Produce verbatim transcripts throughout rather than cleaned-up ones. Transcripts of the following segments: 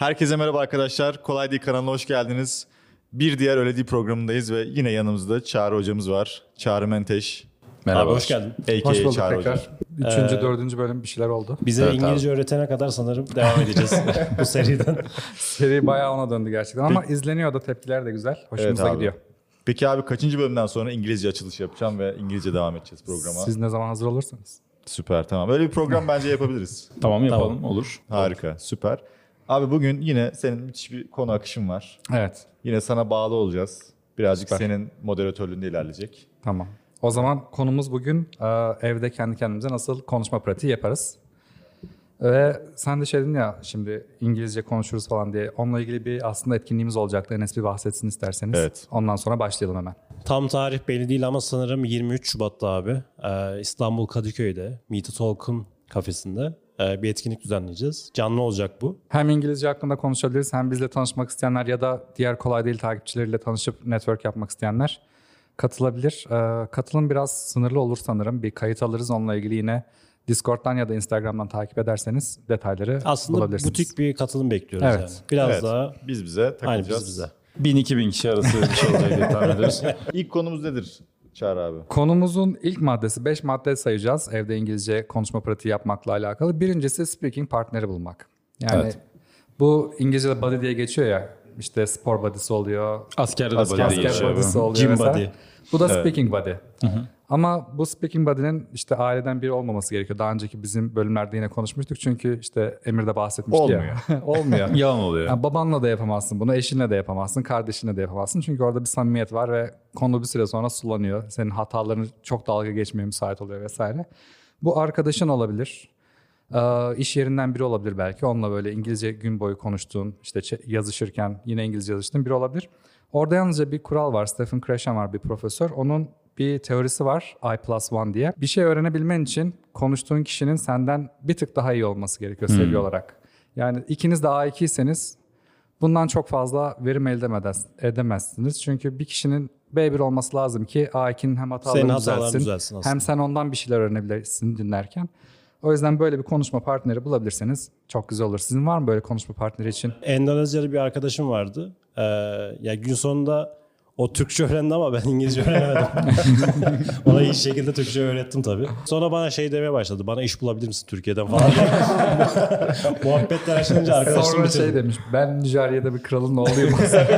Herkese merhaba arkadaşlar. Kolay Değil kanalına hoş geldiniz. Bir diğer Öyle Değil programındayız ve yine yanımızda Çağrı hocamız var. Çağrı Menteş. Merhaba. Abi hoş geldin. A K A Hoş bulduk Çağrı tekrar. hocam. Üçüncü, Ee, dördüncü bölüm bir şeyler oldu. Bize Evet, İngilizce abi. öğretene kadar sanırım devam edeceğiz bu seriden. Seri bayağı ona döndü gerçekten ama izleniyor da tepkiler de güzel. Hoşumuza Evet abi. gidiyor. Peki abi kaçıncı bölümden sonra İngilizce açılış yapacağım ve İngilizce devam edeceğiz programa? Siz ne zaman hazır olursanız. Süper, tamam. Öyle bir program bence yapabiliriz. Tamam yapalım, Tamam. olur. Harika, süper. Abi bugün yine senin müthiş bir konu akışın var. Evet, Yine sana bağlı olacağız. Birazcık Süper. senin moderatörlüğünde ilerleyecek. tamam. O zaman konumuz bugün e, evde kendi kendimize nasıl konuşma pratiği yaparız. Ve sen de şey dedin ya şimdi İngilizce konuşuruz falan diye. Onunla ilgili bir aslında etkinliğimiz olacaktı. Enes bir bahsetsin isterseniz. Evet. Ondan sonra başlayalım hemen. Tam tarih belli değil ama sanırım yirmi üç Şubat'ta abi ee, İstanbul Kadıköy'de Meet the Talk'un kafesinde e, bir etkinlik düzenleyeceğiz. Canlı olacak bu. Hem İngilizce hakkında konuşabiliriz hem bizle tanışmak isteyenler ya da diğer Kolay Değil takipçileriyle tanışıp network yapmak isteyenler katılabilir. Ee, katılım biraz sınırlı olur sanırım. Bir kayıt alırız onunla ilgili yine Discord'dan ya da Instagram'dan takip ederseniz detayları Aslında bulabilirsiniz. butik bir katılım bekliyoruz Evet. yani. Biraz Evet, daha biz bize takılacağız. aynı biz bize. bin iki bin kişi arası bir şey olacak diye tahmin ediyoruz. İlk konumuz nedir Çağrı abi? Konumuzun ilk maddesi beş madde sayacağız evde İngilizce konuşma pratiği yapmakla alakalı. Birincisi speaking partneri bulmak. Yani Evet. bu İngilizce'de buddy diye geçiyor ya. İşte spor buddy'si oluyor, Askerde de Asker böyle asker değişiyor. buddy'si oluyor Gym mesela. buddy. Bu da speaking buddy. Ama bu speaking buddy'nin işte aileden biri olmaması gerekiyor. Daha önceki bizim bölümlerde yine konuşmuştuk. Çünkü işte Emir de bahsetmişti Olmuyor. ya. Olmuyor. Yalan oluyor. Yani babanla da yapamazsın bunu, eşinle de yapamazsın, kardeşinle de yapamazsın. Çünkü orada bir samimiyet var ve konu bir süre sonra sulanıyor. Senin hatalarını çok dalga geçmeye müsait oluyor vesaire. Bu arkadaşın olabilir. Ee, iş yerinden biri olabilir belki. Onunla böyle İngilizce gün boyu konuştuğun, işte ç- yazışırken yine İngilizce yazıştığın biri olabilir. Orada yalnızca bir kural var. Stephen Krashen var bir profesör. Onun bir teorisi var I plus one diye. Bir şey öğrenebilmen için konuştuğun kişinin senden bir tık daha iyi olması gerekiyor seviye olarak. Yani ikiniz de A ikiyseniz bundan çok fazla verim elde edemez- edemezsiniz. Çünkü bir kişinin B bir olması lazım ki A ikinin hem Senin hatalarını hataların düzelsin, düzelsin aslında. hem sen ondan bir şeyler öğrenebilirsin dinlerken. O yüzden böyle bir konuşma partneri bulabilirseniz çok güzel olur. Sizin var mı böyle konuşma partneri için? Endonezyalı bir arkadaşım vardı. Ee, ya gün sonunda o Türkçe öğrendi ama ben İngilizce öğrenemedim. Ona iyi şekilde Türkçe öğrettim tabii. Sonra bana şey demeye başladı. Bana iş bulabilir misin Türkiye'den falan. Muhabbetler açılınca arkadaşım Sonra bitirdi. şey demiş, ben Nijerya'da bir kralın oğluyum.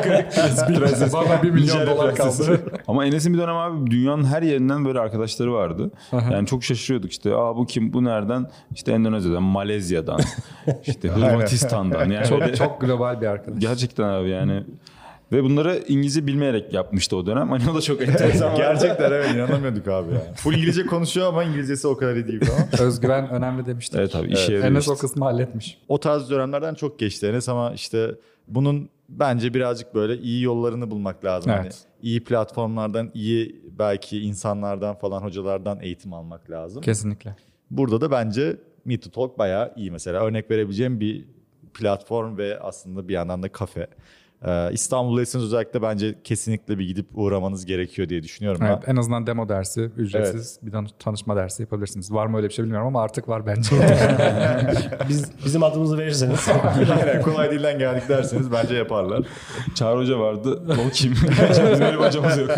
Bana bir milyon dolar kaldı. Ama Enes'in bir dönem abi dünyanın her yerinden böyle arkadaşları vardı. Yani çok şaşırıyorduk işte. Aa bu kim? Bu nereden? İşte Endonezya'dan, Malezya'dan, işte Hırvatistan'dan. Yani Çok, böyle- çok global bir arkadaş. gerçekten abi yani. Ve bunları İngilizce bilmeyerek yapmıştı o dönem. Hani o da çok enteresan. Gerçekten evet, inanamıyorduk abi yani. Full İngilizce konuşuyor ama İngilizcesi o kadar iyi değil falan. Özgüven önemli demiştik. Evet abi işe yarıyor Enes işte. o kısmı halletmiş. O tarz dönemlerden çok geçti Enes ama işte bunun bence birazcık böyle iyi yollarını bulmak lazım. Evet. Hani iyi platformlardan, iyi belki insanlardan falan, hocalardan eğitim almak lazım. Kesinlikle. Burada da bence Meet to Talk bayağı iyi mesela. Örnek verebileceğim bir platform ve aslında bir yandan da kafe. Ee, İstanbul'daysanız özellikle bence kesinlikle bir gidip uğramanız gerekiyor diye düşünüyorum. Evet, ben. en azından demo dersi, ücretsiz bir dan- tanışma dersi yapabilirsiniz. Var mı öyle bir şey bilmiyorum ama artık var bence. Biz, bizim adımızı verirseniz. Aynen, kolay değilden geldik derseniz bence yaparlar. Çağrı Hoca vardı. O kim? Bizim öyle bir hocamız yok.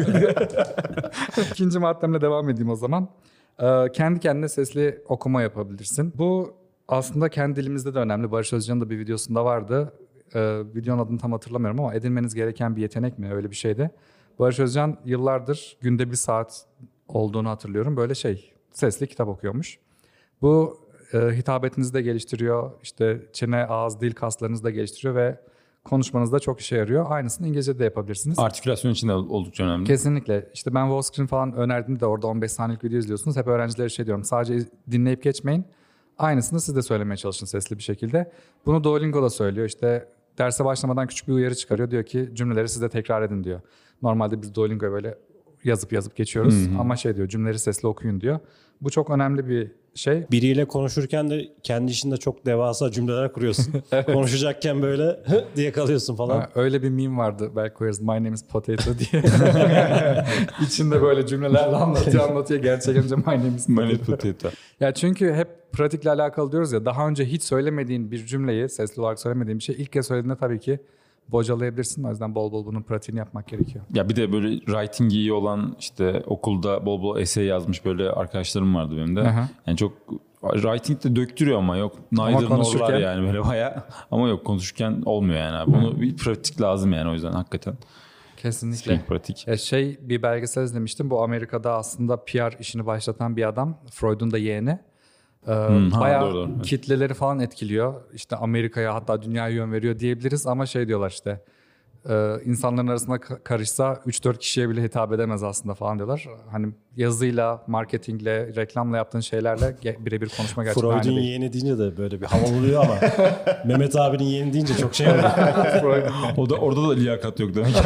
İkinci maddemle devam edeyim o zaman. Ee, kendi kendine sesli okuma yapabilirsin. Bu aslında kendi dilimizde de önemli. Barış Özcan'ın da bir videosunda vardı. Ee, videonun adını tam hatırlamıyorum ama edinmeniz gereken bir yetenek mi? Öyle bir şeydi. Barış Özcan yıllardır günde bir saat olduğunu hatırlıyorum. Böyle şey sesli kitap okuyormuş. Bu e, hitabetinizi de geliştiriyor. İşte çene, ağız, dil kaslarınızı da geliştiriyor ve konuşmanızda çok işe yarıyor. Aynısını İngilizce'de de yapabilirsiniz. Artikülasyon için de oldukça önemli. Kesinlikle. İşte ben Wallscreen falan önerdiğimde de orada on beş saniyelik video izliyorsunuz. Hep öğrencilere şey diyorum. Sadece dinleyip geçmeyin. Aynısını siz de söylemeye çalışın sesli bir şekilde. Bunu Duolingo da söylüyor. İşte derse başlamadan küçük bir uyarı çıkarıyor. Diyor ki cümleleri siz de tekrar edin diyor. Normalde biz Duolingo'ya böyle yazıp yazıp geçiyoruz. Ama şey diyor cümleleri sesli okuyun diyor. Bu çok önemli bir şey Biriyle konuşurken de kendi içinde çok devasa cümleler kuruyorsun. Konuşacakken böyle diye kalıyorsun falan. Ha, öyle bir meme vardı. Belki koyarız. My name is potato diye. İçinde böyle cümlelerle anlatıyor anlatıyor. Gerçekten my name is Manet potato. potato. Ya çünkü hep pratikle alakalı diyoruz ya. Daha önce hiç söylemediğin bir cümleyi, sesli olarak söylemediğin bir şey ilk kez söylediğinde tabii ki bocalayabilirsin. O yüzden bol bol bunun pratiğini yapmak gerekiyor. Ya bir de böyle writing iyi olan işte okulda bol bol essay yazmış böyle arkadaşlarım vardı benim de. Aha. Yani çok writing de döktürüyor ama yok. Neither konuşurken- nor'lar yani böyle bayağı. Ama yok konuşurken olmuyor yani abi. Onu bir pratik lazım yani o yüzden hakikaten. Kesinlikle. Speaking pratik. E şey bir belgesel izlemiştim. Bu Amerika'da aslında P R işini başlatan bir adam. Freud'un da yeğeni. Ee, Hmm, ha, bayağı doğru, doğru. Evet. kitleleri falan etkiliyor. İşte Amerika'ya hatta dünyaya yön veriyor diyebiliriz. Ama şey diyorlar işte e, insanların arasında ka- karışsa üç dört kişiye bile hitap edemez aslında falan diyorlar. Hani yazıyla, marketingle, reklamla yaptığın şeylerle ge- birebir konuşma gerçekten aynı Freud'un değil. yeğeni deyince de böyle bir havalı oluyor ama Mehmet abinin yeğeni deyince çok şey oluyor. O da orada da liyakat yok demek ki.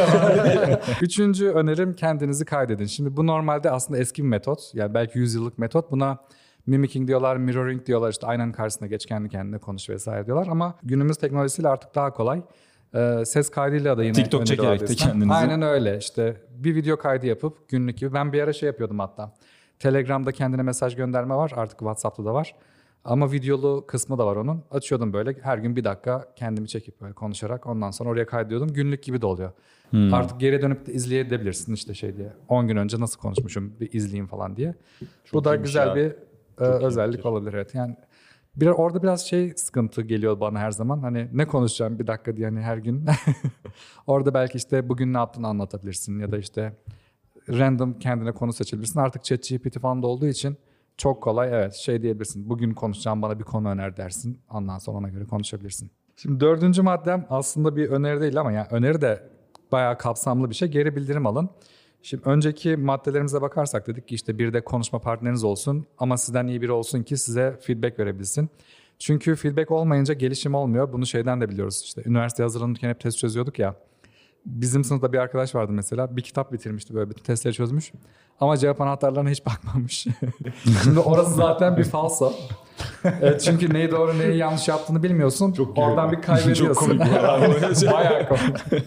Üçüncü önerim kendinizi kaydedin. Şimdi bu normalde aslında eski bir metot. Yani belki yüz yıllık metot. Buna mimicking diyorlar, mirroring diyorlar. İşte aynanın karşısına geç kendi kendine konuş vesaire diyorlar. Ama günümüz teknolojisiyle artık daha kolay. Ee, ses kaydıyla da yine TikTok öneri çekerek vardı de eskiden. kendinizi. Aynen öyle. İşte bir video kaydı yapıp günlük gibi. Ben bir ara şey yapıyordum hatta. Telegram'da kendine mesaj gönderme var. Artık WhatsApp'ta da var. Ama videolu kısmı da var onun. Açıyordum böyle her gün bir dakika kendimi çekip böyle konuşarak ondan sonra oraya kaydediyordum. Günlük gibi de oluyor. Hmm. Artık geri dönüp de izleyebilirsin işte şey diye. on gün önce nasıl konuşmuşum bir izleyeyim falan diye. Bu da iyiymiş güzel ya. bir e, özellik olabilir evet. Yani bir orada biraz şey sıkıntı geliyor bana her zaman. Hani ne konuşacağım bir dakika diye hani her gün. Orada belki işte bugün ne yaptığını anlatabilirsin ya da işte random kendine konu seçebilirsin. Artık ChatGPT falan da olduğu için çok kolay evet şey diyebilirsin. Bugün konuşacağım bana bir konu öner dersin. Ondan sonra ona göre konuşabilirsin. Şimdi dördüncü maddem aslında bir öneri değil ama yani öneri de bayağı kapsamlı bir şey. Geri bildirim alın. Şimdi önceki maddelerimize bakarsak dedik ki işte bir de konuşma partneriniz olsun ama sizden iyi biri olsun ki size feedback verebilsin. Çünkü feedback olmayınca gelişim olmuyor. Bunu şeyden de biliyoruz. İşte üniversite hazırlanırken hep test çözüyorduk ya. Bizim sınıfta bir arkadaş vardı mesela. Bir kitap bitirmişti böyle bütün testleri çözmüş. Ama cevap anahtarlarına hiç bakmamış. Şimdi orası zaten bir falso. Evet, çünkü neyi doğru neyi yanlış yaptığını bilmiyorsun. Çok Oradan bir kaybediyorsun. Çok komik bu arada. Bayağı komik.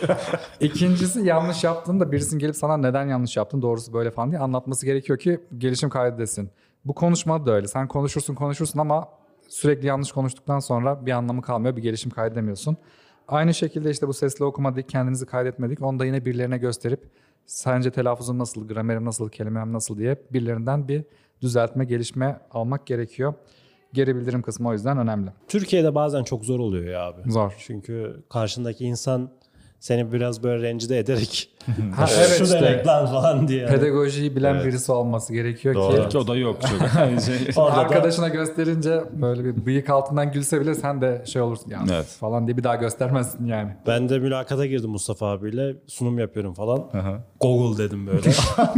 İkincisi yanlış yaptığında birisinin gelip sana neden yanlış yaptın doğrusu böyle falan diye anlatması gerekiyor ki gelişim kaydedesin. Bu konuşma da öyle. Sen konuşursun konuşursun ama sürekli yanlış konuştuktan sonra bir anlamı kalmıyor. Bir gelişim kaydedemiyorsun. Aynı şekilde işte bu sesli okumadık, kendinizi kaydetmedik. Onu da yine birilerine gösterip sence telaffuzum nasıl, gramerim nasıl, kelimem nasıl diye birilerinden bir düzeltme, gelişme almak gerekiyor. Geri bildirim kısmı o yüzden önemli. Türkiye'de bazen çok zor oluyor ya abi. Zor. Çünkü karşındaki insan seni biraz böyle rencide ederek Ha, şu evet işte demek lan falan diye. Yani. pedagojiyi bilen birisi olması gerekiyor Doğru. ki O da yok çok. Şey- Orada da- arkadaşına gösterince böyle bir bıyık altından gülse bile sen de şey olursun ya Evet. falan diye bir daha göstermezsin yani. Ben de mülakata girdim Mustafa abiyle. Sunum yapıyorum falan. Google dedim böyle.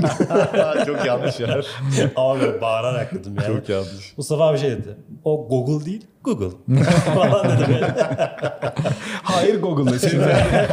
Çok yanlış yer. Ama böyle bağırarak dedim yani. Çok yanlış. Mustafa abi şey dedi. O Google değil Google. falan dedi böyle. Hayır Google'da. Şimdi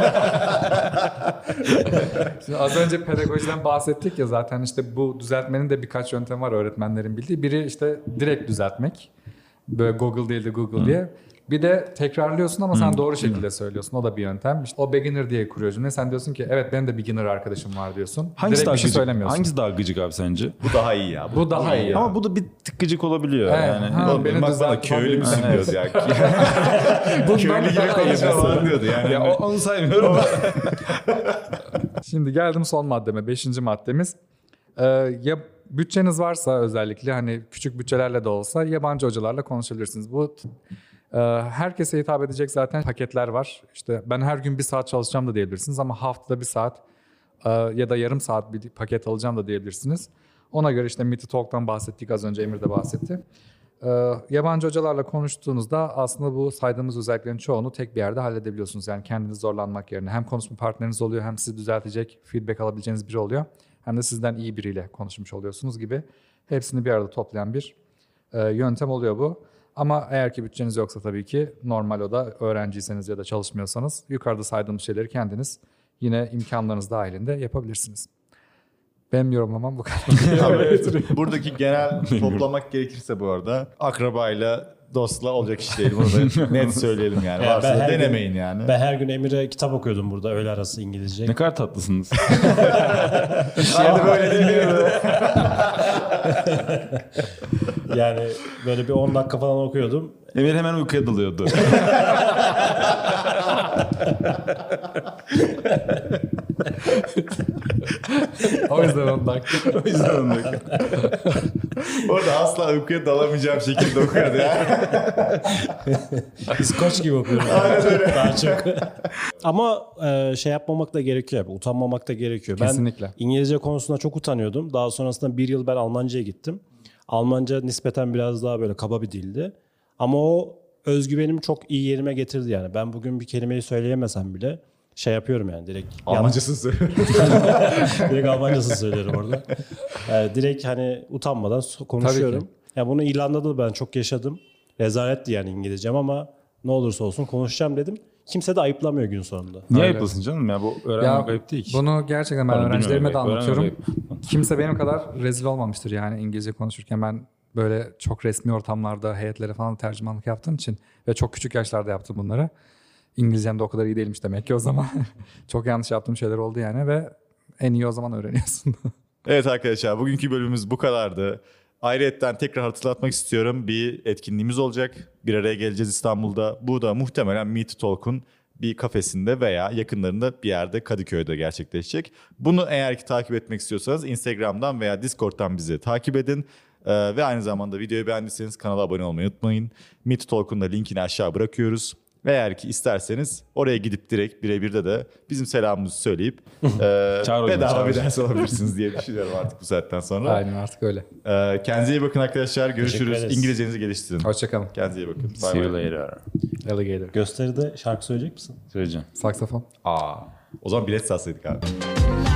Şimdi az önce pedagojiden bahsettik ya zaten işte bu düzeltmenin de birkaç yöntemi var öğretmenlerin bildiği. Biri işte direkt düzeltmek. Böyle Google değil de Google diye. Bir de tekrarlıyorsun ama sen doğru şekilde söylüyorsun. O da bir yöntem. İşte o beginner diye kuruyor cümle. Sen diyorsun ki evet benim de beginner arkadaşım var diyorsun. hangisi direkt daha bir şey gıcık? söylemiyorsun. Hangisi daha gıcık abi sence? Bu daha iyi ya. Bu daha iyi. Ama bu da bir tık gıcık olabiliyor Evet, yani. ha. Oğlum, Beni bak düzelt bana köylü falan müsün diyor. diyordu ya. Bundan Köylü gibi daha iyi. konuşma falan diyordu yani. Ya o- onu saymıyorum. Şimdi geldim son maddeme. Beşinci maddemiz. Ee, ya bütçeniz varsa özellikle hani küçük bütçelerle de olsa yabancı hocalarla konuşabilirsiniz. Bu e, herkese hitap edecek zaten paketler var. İşte ben her gün bir saat çalışacağım da diyebilirsiniz ama haftada bir saat e, ya da yarım saat bir paket alacağım da diyebilirsiniz. Ona göre işte Meet to Talk'tan bahsettik az önce Emir de bahsetti. Ee, yabancı hocalarla konuştuğunuzda aslında bu saydığımız özelliklerin çoğunu tek bir yerde halledebiliyorsunuz. Yani kendiniz zorlanmak yerine hem konuşma partneriniz oluyor hem sizi düzeltecek, feedback alabileceğiniz biri oluyor. Hem de sizden iyi biriyle konuşmuş oluyorsunuz gibi hepsini bir arada toplayan bir e, yöntem oluyor bu. Ama eğer ki bütçeniz yoksa tabii ki normal o da öğrenciyseniz ya da çalışmıyorsanız yukarıda saydığımız şeyleri kendiniz yine imkanlarınız dahilinde yapabilirsiniz. Benim yorumlamam bu kadar. Abi, buradaki genel toplamak gerekirse bu arada akrabayla dostla olacak iş değil. Bunu da net söyleyelim yani. Ya Varsa ben da her gün- denemeyin yani. Ben her gün Emir'e kitap okuyordum burada öğle arası İngilizce. Ne kadar tatlısınız. Şeyde böyle değil mi? Yani böyle bir on dakika falan okuyordum. Emir hemen uykuya dalıyordu. O yüzden on dakika. O yüzden onu Orada asla uykuya dalamayacağım şekilde okuyordu ya. İskoç gibi okuyorum. Daha çok. Ama e, şey yapmamak da gerekiyor. Abi, utanmamak da gerekiyor. Kesinlikle. Ben İngilizce konusunda çok utanıyordum. Daha sonrasında bir yıl ben Almanca'ya gittim. Almanca nispeten biraz daha böyle kaba bir dildi. Ama o özgüvenimi çok iyi yerime getirdi yani. Ben bugün bir kelimeyi söyleyemesem bile şey yapıyorum yani direkt. Almancasını söylüyorum. direkt Almancasını söylüyorum orada. Yani direkt hani utanmadan so- konuşuyorum. Ya bunu İrlanda'da da ben çok yaşadım. Rezaletti yani İngilizcem ama ne olursa olsun konuşacağım dedim. Kimse de ayıplamıyor gün sonunda. Niye Öyle. ayıplasın canım ya? Bu öğrenmek ayıp değil ki. Bunu gerçekten ben Pardon, öğrencilerime de bilmiyorum, anlatıyorum. öğrenmek Kimse benim kadar rezil olmamıştır yani İngilizce konuşurken. Ben böyle çok resmi ortamlarda heyetlere falan tercümanlık yaptığım için ve çok küçük yaşlarda yaptım bunları. İngilizcem de o kadar iyi değilmiş demek ki o zaman. Çok yanlış yaptığım şeyler oldu yani ve en iyi o zaman öğreniyorsun. Evet arkadaşlar, bugünkü bölümümüz bu kadardı. Ayrıca tekrar hatırlatmak istiyorum. Bir etkinliğimiz olacak. Bir araya geleceğiz İstanbul'da. Bu da muhtemelen Meet Talk'un bir kafesinde veya yakınlarında bir yerde Kadıköy'de gerçekleşecek. Bunu eğer ki takip etmek istiyorsanız Instagram'dan veya Discord'dan bizi takip edin. Ee, ve aynı zamanda videoyu beğendiyseniz kanala abone olmayı unutmayın. Meet Talk'un da linkini aşağı bırakıyoruz. Ve eğer ki isterseniz oraya gidip direkt birebir de bizim selamımızı söyleyip e, Çağır hocam, bedava çağır bir hocam. ders alabilirsiniz diye düşünüyorum artık bu saatten sonra. Aynen artık öyle. Ee, kendinize iyi bakın arkadaşlar. Görüşürüz. ederiz. İngilizcenizi geliştirin. Hoşçakalın. Kendinize iyi bakın. Bye See you bye. later. Alligator. Gösteride şarkı söyleyecek misin? Söyleyeceğim. Saksafon. Aa, o zaman bilet satsaydık abi.